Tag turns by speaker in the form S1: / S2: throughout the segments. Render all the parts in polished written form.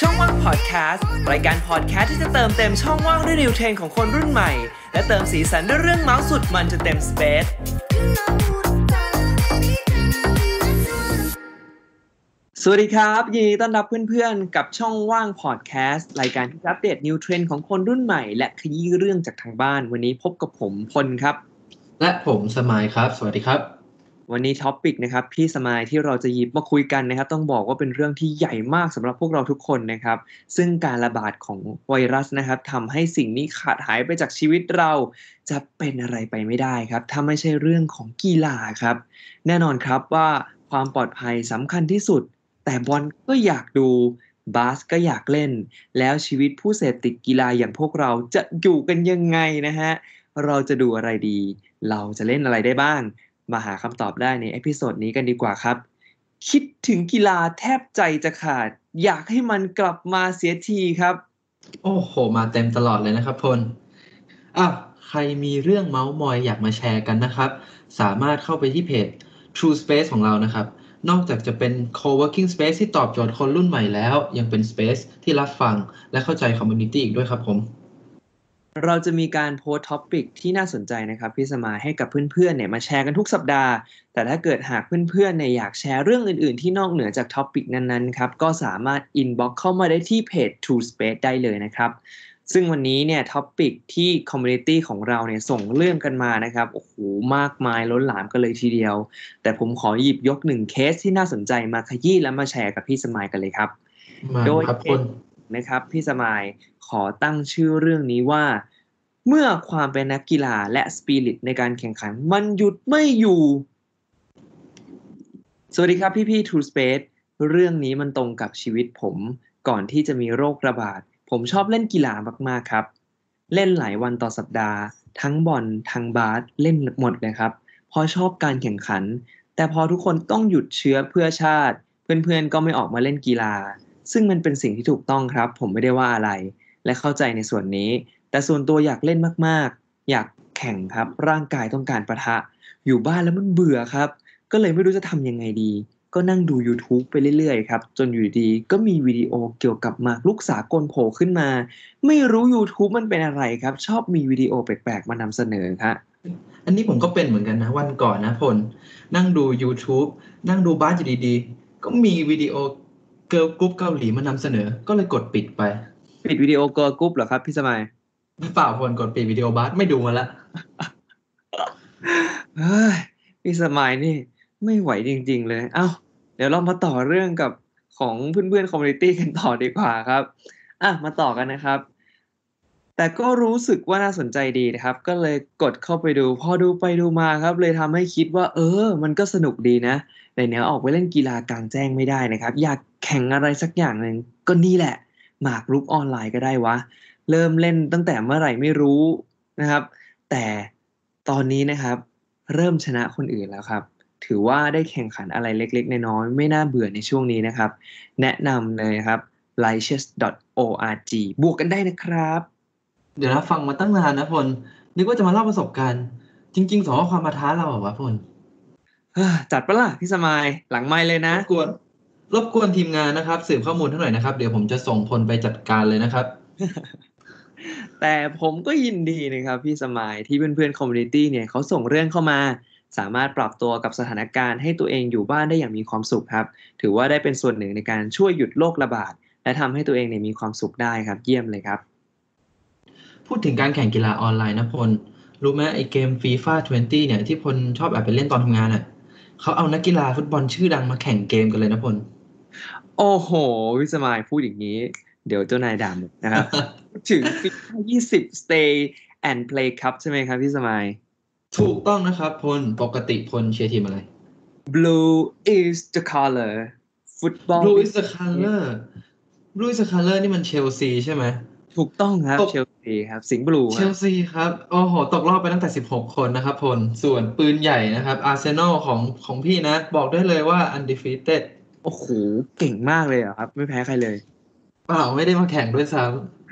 S1: ช่องว่างพอดแคสต์รายการพอดแคสต์ที่จะเติมเต็มช่องว่างด้วยนิวเทรนด์ของคนรุ่นใหม่และเติมสีสันด้วยเรื่องเมาส์สุดมันจนเต็มสเปซสวัสดีครับยินดีต้อนรับเพื่อนๆกับช่องว่างพอดแคสต์รายการที่อัปเดตนิวเทรนด์ของคนรุ่นใหม่และขยี้เรื่องจากทางบ้านวันนี้พบกับผมพลครับ
S2: และผมสมายครับสวัสดีครับ
S1: วันนี้ท็อปิกนะครับพี่สมายที่เราจะหยิบมาคุยกันนะครับต้องบอกว่าเป็นเรื่องที่ใหญ่มากสำหรับพวกเราทุกคนนะครับซึ่งการระบาดของไวรัสนะครับทำให้สิ่งนี้ขาดหายไปจากชีวิตเราจะเป็นอะไรไปไม่ได้ครับถ้าไม่ใช่เรื่องของกีฬาครับแน่นอนครับว่าความปลอดภัยสำคัญที่สุดแต่บอลก็อยากดูบาสก็อยากเล่นแล้วชีวิตผู้เสพติดกีฬาอย่างพวกเราจะอยู่กันยังไงนะฮะเราจะดูอะไรดีเราจะเล่นอะไรได้บ้างมาหาคำตอบได้ในเอพิโซดนี้กันดีกว่าครับคิดถึงกีฬาแทบใจจะขาดอยากให้มันกลับมาเสียทีครับ
S2: โอ้โหมาเต็มตลอดเลยนะครับพลใครมีเรื่องเมาส์มอยอยากมาแชร์กันนะครับสามารถเข้าไปที่เพจ True Space ของเรานะครับนอกจากจะเป็น Co-working Space ที่ตอบโจทย์คนรุ่นใหม่แล้วยังเป็น Space ที่รับฟังและเข้าใจ Community อีกด้วยครับผม
S1: เราจะมีการโพสต์ท็อปิกที่น่าสนใจนะครับพี่สมายให้กับเพื่อนๆเนี่ยมาแชร์กันทุกสัปดาห์แต่ถ้าเกิดหากเพื่อนๆเนี่ยอยากแชร์เรื่องอื่นๆที่นอกเหนือจากท็อปิกนั้นๆครับก็สามารถอินบ็อกซ์เข้ามาได้ที่เพจ True Space ได้เลยนะครับซึ่งวันนี้เนี่ยท็อปิกที่คอมมูนิตี้ของเราเนี่ยส่งเรื่องกันมานะครับโอ้โหมากมายล้นหลามกันเลยทีเดียวแต่ผมขอหยิบยกหนึ่งเคสที่น่าสนใจมาขยี้และมาแชร์กับพี่สมายกันเลยครับ
S2: มา
S1: โดย
S2: ครับพล
S1: นะครับพี่สมายขอตั้งชื่อเรื่องนี้ว่าเมื่อความเป็นนักกีฬาและสปิริตในการแข่งขันมันหยุดไม่อยู่สวัสดีครับพี่ๆ True Space เรื่องนี้มันตรงกับชีวิตผมก่อนที่จะมีโรคระบาดผมชอบเล่นกีฬามากๆครับเล่นหลายวันต่อสัปดาห์ทั้งบอลทั้งบาสเล่นหมดเลยครับเพราะชอบการแข่งขันแต่พอทุกคนต้องหยุดเชื้อเพื่อชาติเพื่อนๆก็ไม่ออกมาเล่นกีฬาซึ่งมันเป็นสิ่งที่ถูกต้องครับผมไม่ได้ว่าอะไรและเข้าใจในส่วนนี้แต่ส่วนตัวอยากเล่นมากๆอยากแข่งครับร่างกายต้องการปะทะอยู่บ้านแล้วมันเบื่อครับก็เลยไม่รู้จะทำยังไงดีก็นั่งดู YouTube ไปเรื่อยๆครับจนอยู่ดีก็มีวิดีโอเกี่ยวกับหมากรุกสากลโผล่ขึ้นมาไม่รู้ YouTube มันเป็นอะไรครับชอบมีวิดีโอแปลกๆมานำเสนอครับ
S2: อันนี้ผมก็เป็นเหมือนกันนะวันก่อนนะพลนั่งดู YouTube นั่งดูบาสอยู่ดีๆก็มีวิดีโอเกิร์ลกรุ๊ปเกาหลีมานำเสนอก็เลยกดปิดไป
S1: ปิดวิดีโอเกิร์ลกรุ๊ปเหรอครับพี่สมัย
S2: เปล่าพลกดปิดวิดีโอบาสไม่ดูมาละ
S1: เฮ้ยพี่สมัยนี่ไม่ไหวจริงๆเลยเอ้าเดี๋ยวเรามาต่อเรื่องกับของเพื่อนๆคอมมูนิตี้กันต่อดีกว่าครับมาต่อกันนะครับแต่ก็รู้สึกว่าน่าสนใจดีนะครับก็เลยกดเข้าไปดูพอดูไปดูมาครับเลยทำให้คิดว่ามันก็สนุกดีนะแต่เนี้ยออกไปเล่นกีฬากลางแจ้งไม่ได้นะครับอยากแข่งอะไรสักอย่างหนึ่งก็นี่แหละหมากรุกออนไลน์ก็ได้วะเริ่มเล่นตั้งแต่เมื่อไหร่ไม่รู้นะครับแต่ตอนนี้นะครับเริ่มชนะคนอื่นแล้วครับถือว่าได้แข่งขันอะไรเล็กๆน้อยๆไม่น่าเบื่อในช่วงนี้นะครับแนะนำเลยครับ lichess.org บวกกันได้นะครับ
S2: เดี๋ยวนะฟังมาตั้งนานนะพลนึกว่าจะมาเล่าประสบการณ์จริงๆส่งข้อความมาท้าเราเหรอวะพล
S1: จัดปะล่ะพี่สมายหลังไมค์เลยนะ
S2: รบกวนทีมงานนะครับสืบข้อมูลให้หน่อยนะครับเดี๋ยวผมจะส่งพลไปจัดการเลยนะครับ
S1: แต่ผมก็ยินดีนะครับพี่สมายที่เพื่อนๆคอมมูนิตี้เนี่ยเขาส่งเรื่องเข้ามาสามารถปรับตัวกับสถานการณ์ให้ตัวเองอยู่บ้านได้อย่างมีความสุขครับถือว่าได้เป็นส่วนหนึ่งในการช่วยหยุดโรคระบาดและทำให้ตัวเองเนี่ยมีความสุขได้ครับเยี่ยมเลยครับ
S2: พูดถึงการแข่งกีฬาออนไลน์นะพลรู้ไหมไอเกม FIFA 20เนี่ยที่พลชอบแอบไปเล่นตอนทำงานอ่ะเขาเอานักกีฬาฟุตบอลชื่อดังมาแข่งเกมกันเลยนะพล
S1: โอ้โหพี่สมายพูดอย่างนี้เดี๋ยวเจ้านายด่าหมดนะครับถึง FIFA 20 Stay and Play Cup ใช่ไหมครับพี่สมาย
S2: ถูกต้องนะครับพลปกติพลเชียร์ทีมอะไร
S1: Blue is the color football
S2: Blue
S1: is
S2: is the color Blue is the color นี่มันเชลซีใช่ไหม
S1: ถูกต้องครับ
S2: ตก
S1: เชลซีครับสิงห์บลู
S2: เช
S1: ครับ
S2: ลซีครับโอ้โหตกรอบไปตั้งแต่16คนนะครับพลส่วนปืนใหญ่นะครับอาร์เซนอลของพี่นะบอกได้เลยว่า undefeated
S1: โอ้โหเก่งมากเลยเหรอครับไม่แพ้ใครเลย
S2: เปล่าไม่ได้มาแข่งด้วยซ้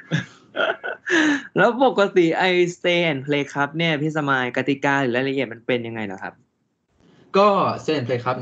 S1: แล้วปกติไอ้ Stay and Play ครับเนี่ยพี่สมายกติกาหรือรายละเอียดมันเป็นยังไงเหรอครับ
S2: ำก็เซนเพลย์ครับนะ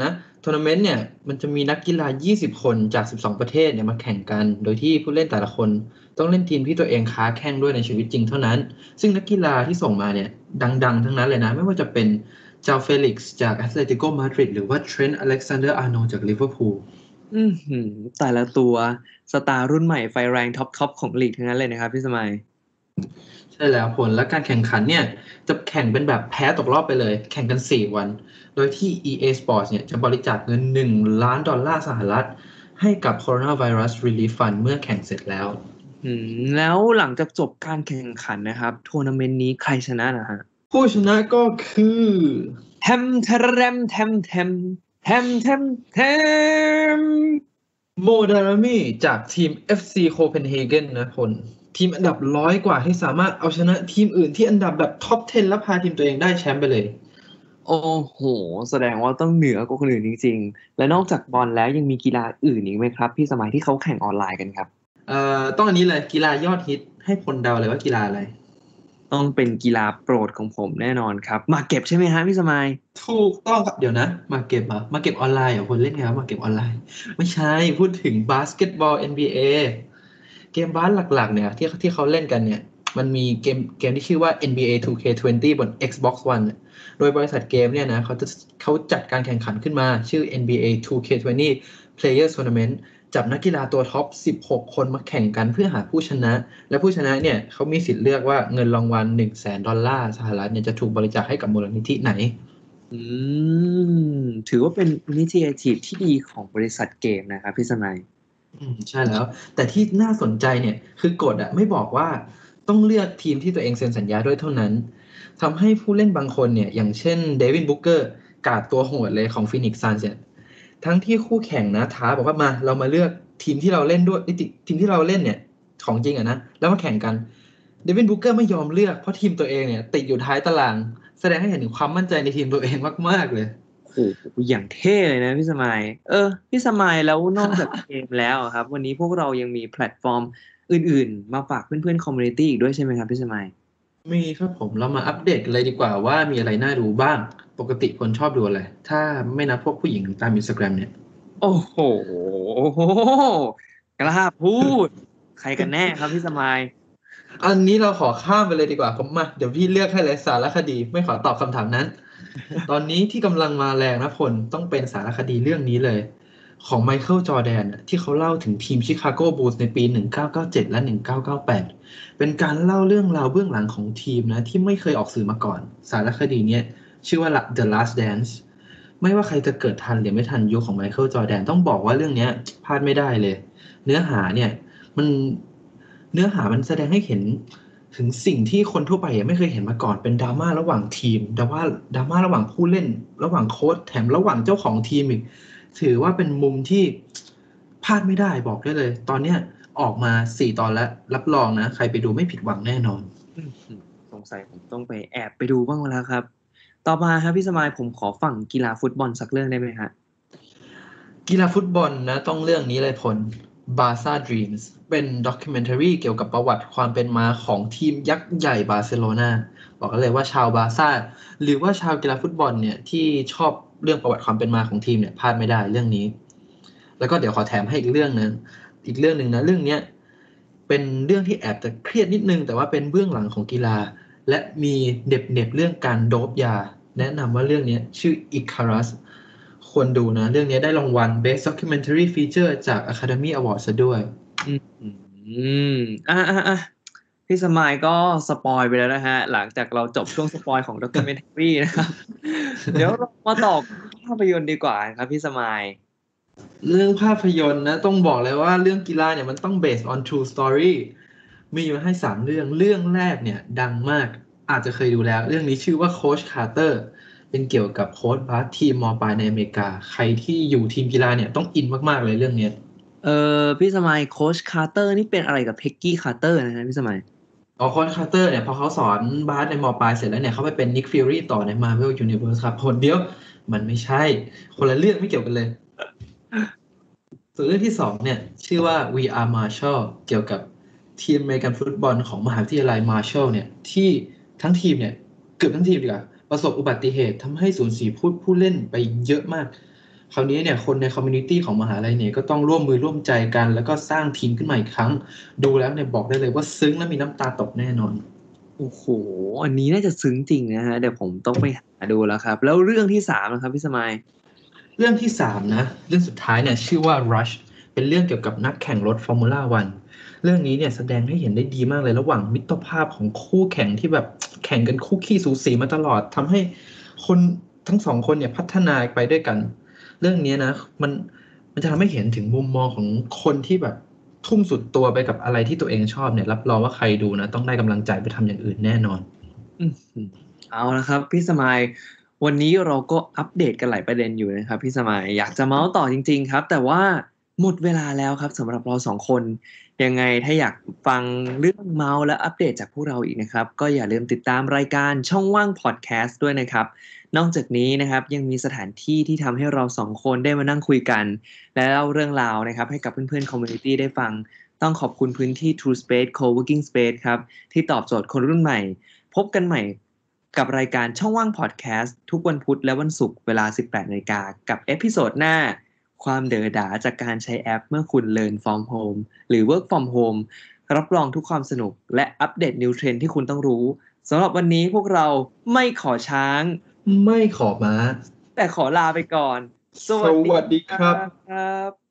S2: ทัวร์นาเมนต์เนี่ยมันจะมีนักกีฬา20คนจาก12ประเทศเนี่ยมาแข่งกัน โดยที่ผู้เล่นแต่ละคนต้องเล่นทีมที่ตัวเองค้าแข่งด้วยในชีวิตจริงเท่านั้น ซึ่งนักกีฬาที่ส่งมาเนี่ยดังๆทั้งนั้นเลยนะ ไม่ว่าจะเป็นเจ้าเฟลิกซ์จากแอตเลติโกมาดริดหรือว่าเทรนต์อเล็กซานเดอร์อาร์โนลด์จากลิเวอร์พูล
S1: แต่ละตัวสตาร์รุ่นใหม่ไฟแรงท็อปของลีกทั้งนั้นเลยนะครับพี่สมัย
S2: ใช่แล้วผลและการแข่งขันเนี่ยจะแข่งเป็นแบบแพ้ตกรอบไปเลย แข่งกัน 4 วัน โดยที่ EA Sports เนี่ยจะบริจาคเงิน$1 ล้านให้กับ Coronavirus Relief Fund เมื่อแข่งเสร็จแล้ว
S1: แล้วหลังจากจบการแข่งขันนะครับทัวร์นาเมนต์นี้ใครชนะนะฮะ
S2: ผู้ชนะก็คือ
S1: แฮมเทรแรมแทมแทมแฮมแทมแทม
S2: โมดารามีจากทีม FC Copenhagen นะผลทีมอันดับ100 กว่าที่สามารถเอาชนะทีมอื่นที่อันดับแบบท็อป 10 แล้วพาทีมตัวเองได้แชมป์ไปเลย
S1: โอ้โหแสดงว่าต้องเหนือกว่าคนอื่นจริงๆและนอกจากบอลแล้วยังมีกีฬาอื่นอีกไหมครับพี่สมัยที่เขาแข่งออนไลน์กันครับ
S2: ต้องอันนี้เลยกีฬายอดฮิตให้พลเดาเลยว่ากีฬาอะไร
S1: ต้องเป็นกีฬาโปรดของผมแน่นอนครับหมากเก็บใช่ไหมฮะพี่สมัย
S2: ถูกต้องครับเดี๋ยวนะมาเก็บเหรอมาเก็บออนไลน์เหรอคนเล่นไงวะมาเก็บออนไลน์ไม่ใช่พูดถึงบาสเกตบอล NBA เกมบาสหลักๆเนี่ยที่เขาเล่นกันเนี่ยมันมีเกมที่ชื่อว่า NBA 2K20 บน Xbox One เนี่ยโดยบริษัทเกมเนี่ยนะเขาจัดการแข่งขันขึ้นมาชื่อ NBA 2K20 Players Tournament จับนักกีฬาตัวท็อป16 คนมาแข่งกันเพื่อหาผู้ชนะ และผู้ชนะเนี่ยเขามีสิทธิ์เลือกว่าเงินรางวัล$100,000เนี่ยจะถูกบริจาคให้กับมูลนิธิไหน
S1: อืถือว่าเป็นอินิชิเอทีฟที่ดีของบริษัทเกมนะครับพี่สมัย
S2: ใช่แล้ว แต่ที่น่าสนใจเนี่ยคือกฎไม่บอกว่าต้องเลือกทีมที่ตัวเองเซ็นสัญญาด้วยเท่านั้นทำให้ผู้เล่นบางคนเนี่ยอย่างเช่นเดวินบุ๊กเกอร์การ์ดตัวโหดเลยของฟีนิกซ์ซันส์เนี่ยทั้งที่คู่แข่งนะท้าบอกว่ามาเรามาเลือกทีมที่เราเล่นด้วยทีมที่เราเล่นเนี่ยของจริงนะแล้วมาแข่งกันเดวินบุ๊กเกอร์ไม่ยอมเลือกเพราะทีมตัวเองเนี่ยติดอยู่ท้ายตารางแสดงให้เห็นถึงความมั่นใจในทีมตัวเองมากๆเลย
S1: โอ้โหอย่างเท่เลยนะพี่สมัยพี่สมัยแล้วนอกจากเกมแล้วอะครับวันนี้พวกเรายังมีแพลตฟอร์มอื่นๆมาฝากเพื่อนๆคอมมูนิตี้อีกด้วยใช่ไหมครับพี่สมัย
S2: มีครับผมเรามาอัปเดตเลยดีกว่าว่ามีอะไรน่าดูบ้างปกติคนชอบดูอะไรถ้าไม่นับพวกผู้หญิงตาม Instagram เนี่ย
S1: โอ้โหกล้าพูดใครกันแน่ครับพี่สมัย
S2: อันนี้เราขอข้ามไปเลยดีกว่าผมมาเดี๋ยวพี่เลือกให้เลยสารคดีไม่ขอตอบคำถามนั้น ตอนนี้ที่กำลังมาแรงนะพลต้องเป็นสารคดีเรื่องนี้เลยของไมเคิลจอร์แดนที่เขาเล่าถึงทีมชิคาโกบูลส์ในปี1997และ1998เป็นการเล่าเรื่องราวเบื้องหลังของทีมนะที่ไม่เคยออกสื่อมาก่อนสารคดีเนี้ยชื่อว่า The Last Dance ไม่ว่าใครจะเกิดทันหรือไม่ทันยุคของไมเคิลจอร์แดนต้องบอกว่าเรื่องนี้พลาดไม่ได้เลย เนื้อหาเนี่ยมันเนื้อหามันแสดงให้เห็นถึงสิ่งที่คนทั่วไปไม่เคยเห็นมาก่อนเป็นดราม่าระหว่างทีมดราม่าระหว่างผู้เล่นระหว่างโค้ชแถมระหว่างเจ้าของทีมอีกถือว่าเป็นมุมที่พลาดไม่ได้บอกได้เลย ตอนเนี้ยออกมา4 ตอนแล้วรับรองนะใครไปดูไม่ผิดหวังแน่นอน
S1: สงสัยผมต้องไปแอบไปดูบ้างแล้วครับต่อมาครับพี่สมัยผมขอฝั่งกีฬาฟุตบอลสักเรื่องได้ไหมฮะ
S2: กีฬาฟุตบอลนะต้องเรื่องนี้เลยพล Barca Dreams เป็นด็อกิเมนทารีเกี่ยวกับประวัติความเป็นมาของทีมยักษ์ใหญ่บาร์เซโลนาบอกกันเลยว่าชาวบาร์ซ่าหรือว่าชาวกีฬาฟุตบอลเนี่ยที่ชอบเรื่องประวัติความเป็นมาของทีมเนี่ยพลาดไม่ได้เรื่องนี้ แล้วก็เดี๋ยวขอแถมให้อีกเรื่องนึงนะเรื่องเนี้ยเป็นเรื่องที่แอบจะเครียดนิดนึงแต่ว่าเป็นเบื้องหลังของกีฬาและมีเน็บเรื่องการโดปยาแนะนำว่าเรื่องนี้ชื่อ Icarus ควรดูนะเรื่องนี้ได้รางวัล Best Documentary Feature จาก Academy Award ซะด้วย
S1: อืมพี่สมัยก็สปอยไปแล้วนะฮะหลังจากเราจบช่วงสปอยของด็อกิเมนทรีนะครับเดี๋ยวเรามาต่อภาพยนตร์ดีกว่าครับพี่สมัย
S2: เรื่องภาพยนตร์นะต้องบอกเลยว่าเรื่องกีฬาเนี่ยมันต้อง based on true story มีอยู่ให้3 เรื่องแรกเนี่ยดังมากอาจจะเคยดูแล้วเรื่องนี้ชื่อว่าโค้ชคาร์เตอร์เป็นเกี่ยวกับโค้ชบาสทีมม.ปลายในอเมริกาใครที่อยู่ทีมกีฬาเนี่ยต้องอินมากๆเลยเรื่องนี้
S1: พี่สมัยโค้ชคาร์เตอร์นี่เป็นอะไรกับเพ็กกี้คาร์เตอร์นะฮะพี่สมัย
S2: โค้ชคาร์เตอร์เนี่ยพอเขาสอนบาสในม.ปลายเสร็จแล้วเนี่ยเขาไปเป็นนิกฟิวรี่ต่อใน Marvel Universe ครับคนเดียวมันไม่ใช่คนละเรื่องไม่เกี่ยวกันเลย ส่วนเรื่องที่2เนี่ยชื่อว่า We Are Marshall เกี่ยวกับทีมอเมริกันฟุตบอลของมหาวิทยาลัย Marshall เนี่ยที่ทั้งทีมเนี่ยเกือบทั้งทีมดีกว่าประสบอุบัติเหตุทำให้สูญเสียผู้เล่นไปเยอะมากคราวนี้เนี่ยคนในคอมมูนิตี้ของมหาลัยเนี่ยก็ต้องร่วมมือร่วมใจกันแล้วก็สร้างทีมขึ้นมาอีกครั้งดูแล้วเนี่ยบอกได้เลยว่าซึ้งและมีน้ำตาตกแน่นอน
S1: โอ้โหอันนี้น่าจะซึ้งจริงนะฮะเดี๋ยวผมต้องไปหาดูแล้วครับแล้วเรื่องที่สามนะครับพี่สมัย
S2: เรื่องที่3นะเรื่องสุดท้ายเนี่ยชื่อว่า Rush เป็นเรื่องเกี่ยวกับนักแข่งรถฟอร์มูล่าวันเรื่องนี้เนี่ยแสดงให้เห็นได้ดีมากเลยระหว่างมิตรภาพของคู่แข่งที่แบบแข่งกันคู่ขี้สูสีมาตลอดทำให้คนทั้งสองคนเนี่ยพัฒนาไปด้วยกันเรื่องนี้นะมันจะทำให้เห็นถึงมุมมองของคนที่แบบทุ่มสุดตัวไปกับอะไรที่ตัวเองชอบเนี่ยรับรองว่าใครดูนะต้องได้กำลังใจไปทำอย่างอื่นแน่นอน
S1: อืมเอาละครับพี่สมัยวันนี้เราก็อัปเดตกันหลายประเด็นอยู่นะครับพี่สมัยอยากจะเมาส์ต่อจริงๆครับแต่ว่าหมดเวลาแล้วครับสำหรับเราสองคนยังไงถ้าอยากฟังเรื่องเมาส์และอัปเดตจากพวกเราอีกนะครับก็อย่าลืมติดตามรายการช่องว่างพอดแคสต์ด้วยนะครับนอกจากนี้นะครับยังมีสถานที่ที่ทำให้เราสองคนได้มานั่งคุยกันและเล่าเรื่องราวนะครับให้กับเพื่อนๆคอมมูนิตี้ได้ฟังต้องขอบคุณพื้นที่ True Space Co-working Space ครับที่ตอบโจทย์คนรุ่นใหม่ พบกันใหม่กับรายการช่องว่างพอดแคสต์ทุกวันพุธและวันศุกร์เวลา 18 นาฬิกากับเอพิโซดหน้าความเด๋อดาจากการใช้แอปเมื่อคุณ Learn from Home หรือ Work from Home รับรองทุกความสนุกและอัปเดตนิวเทรนด์ที่คุณต้องรู้สำหรับวันนี้พวกเราไม่ขอช้าง
S2: ไม่ขอม้า
S1: แต่ขอลาไปก่อนส
S2: ส
S1: วัสดี
S2: วัสดี
S1: คร
S2: ครับ
S1: ับ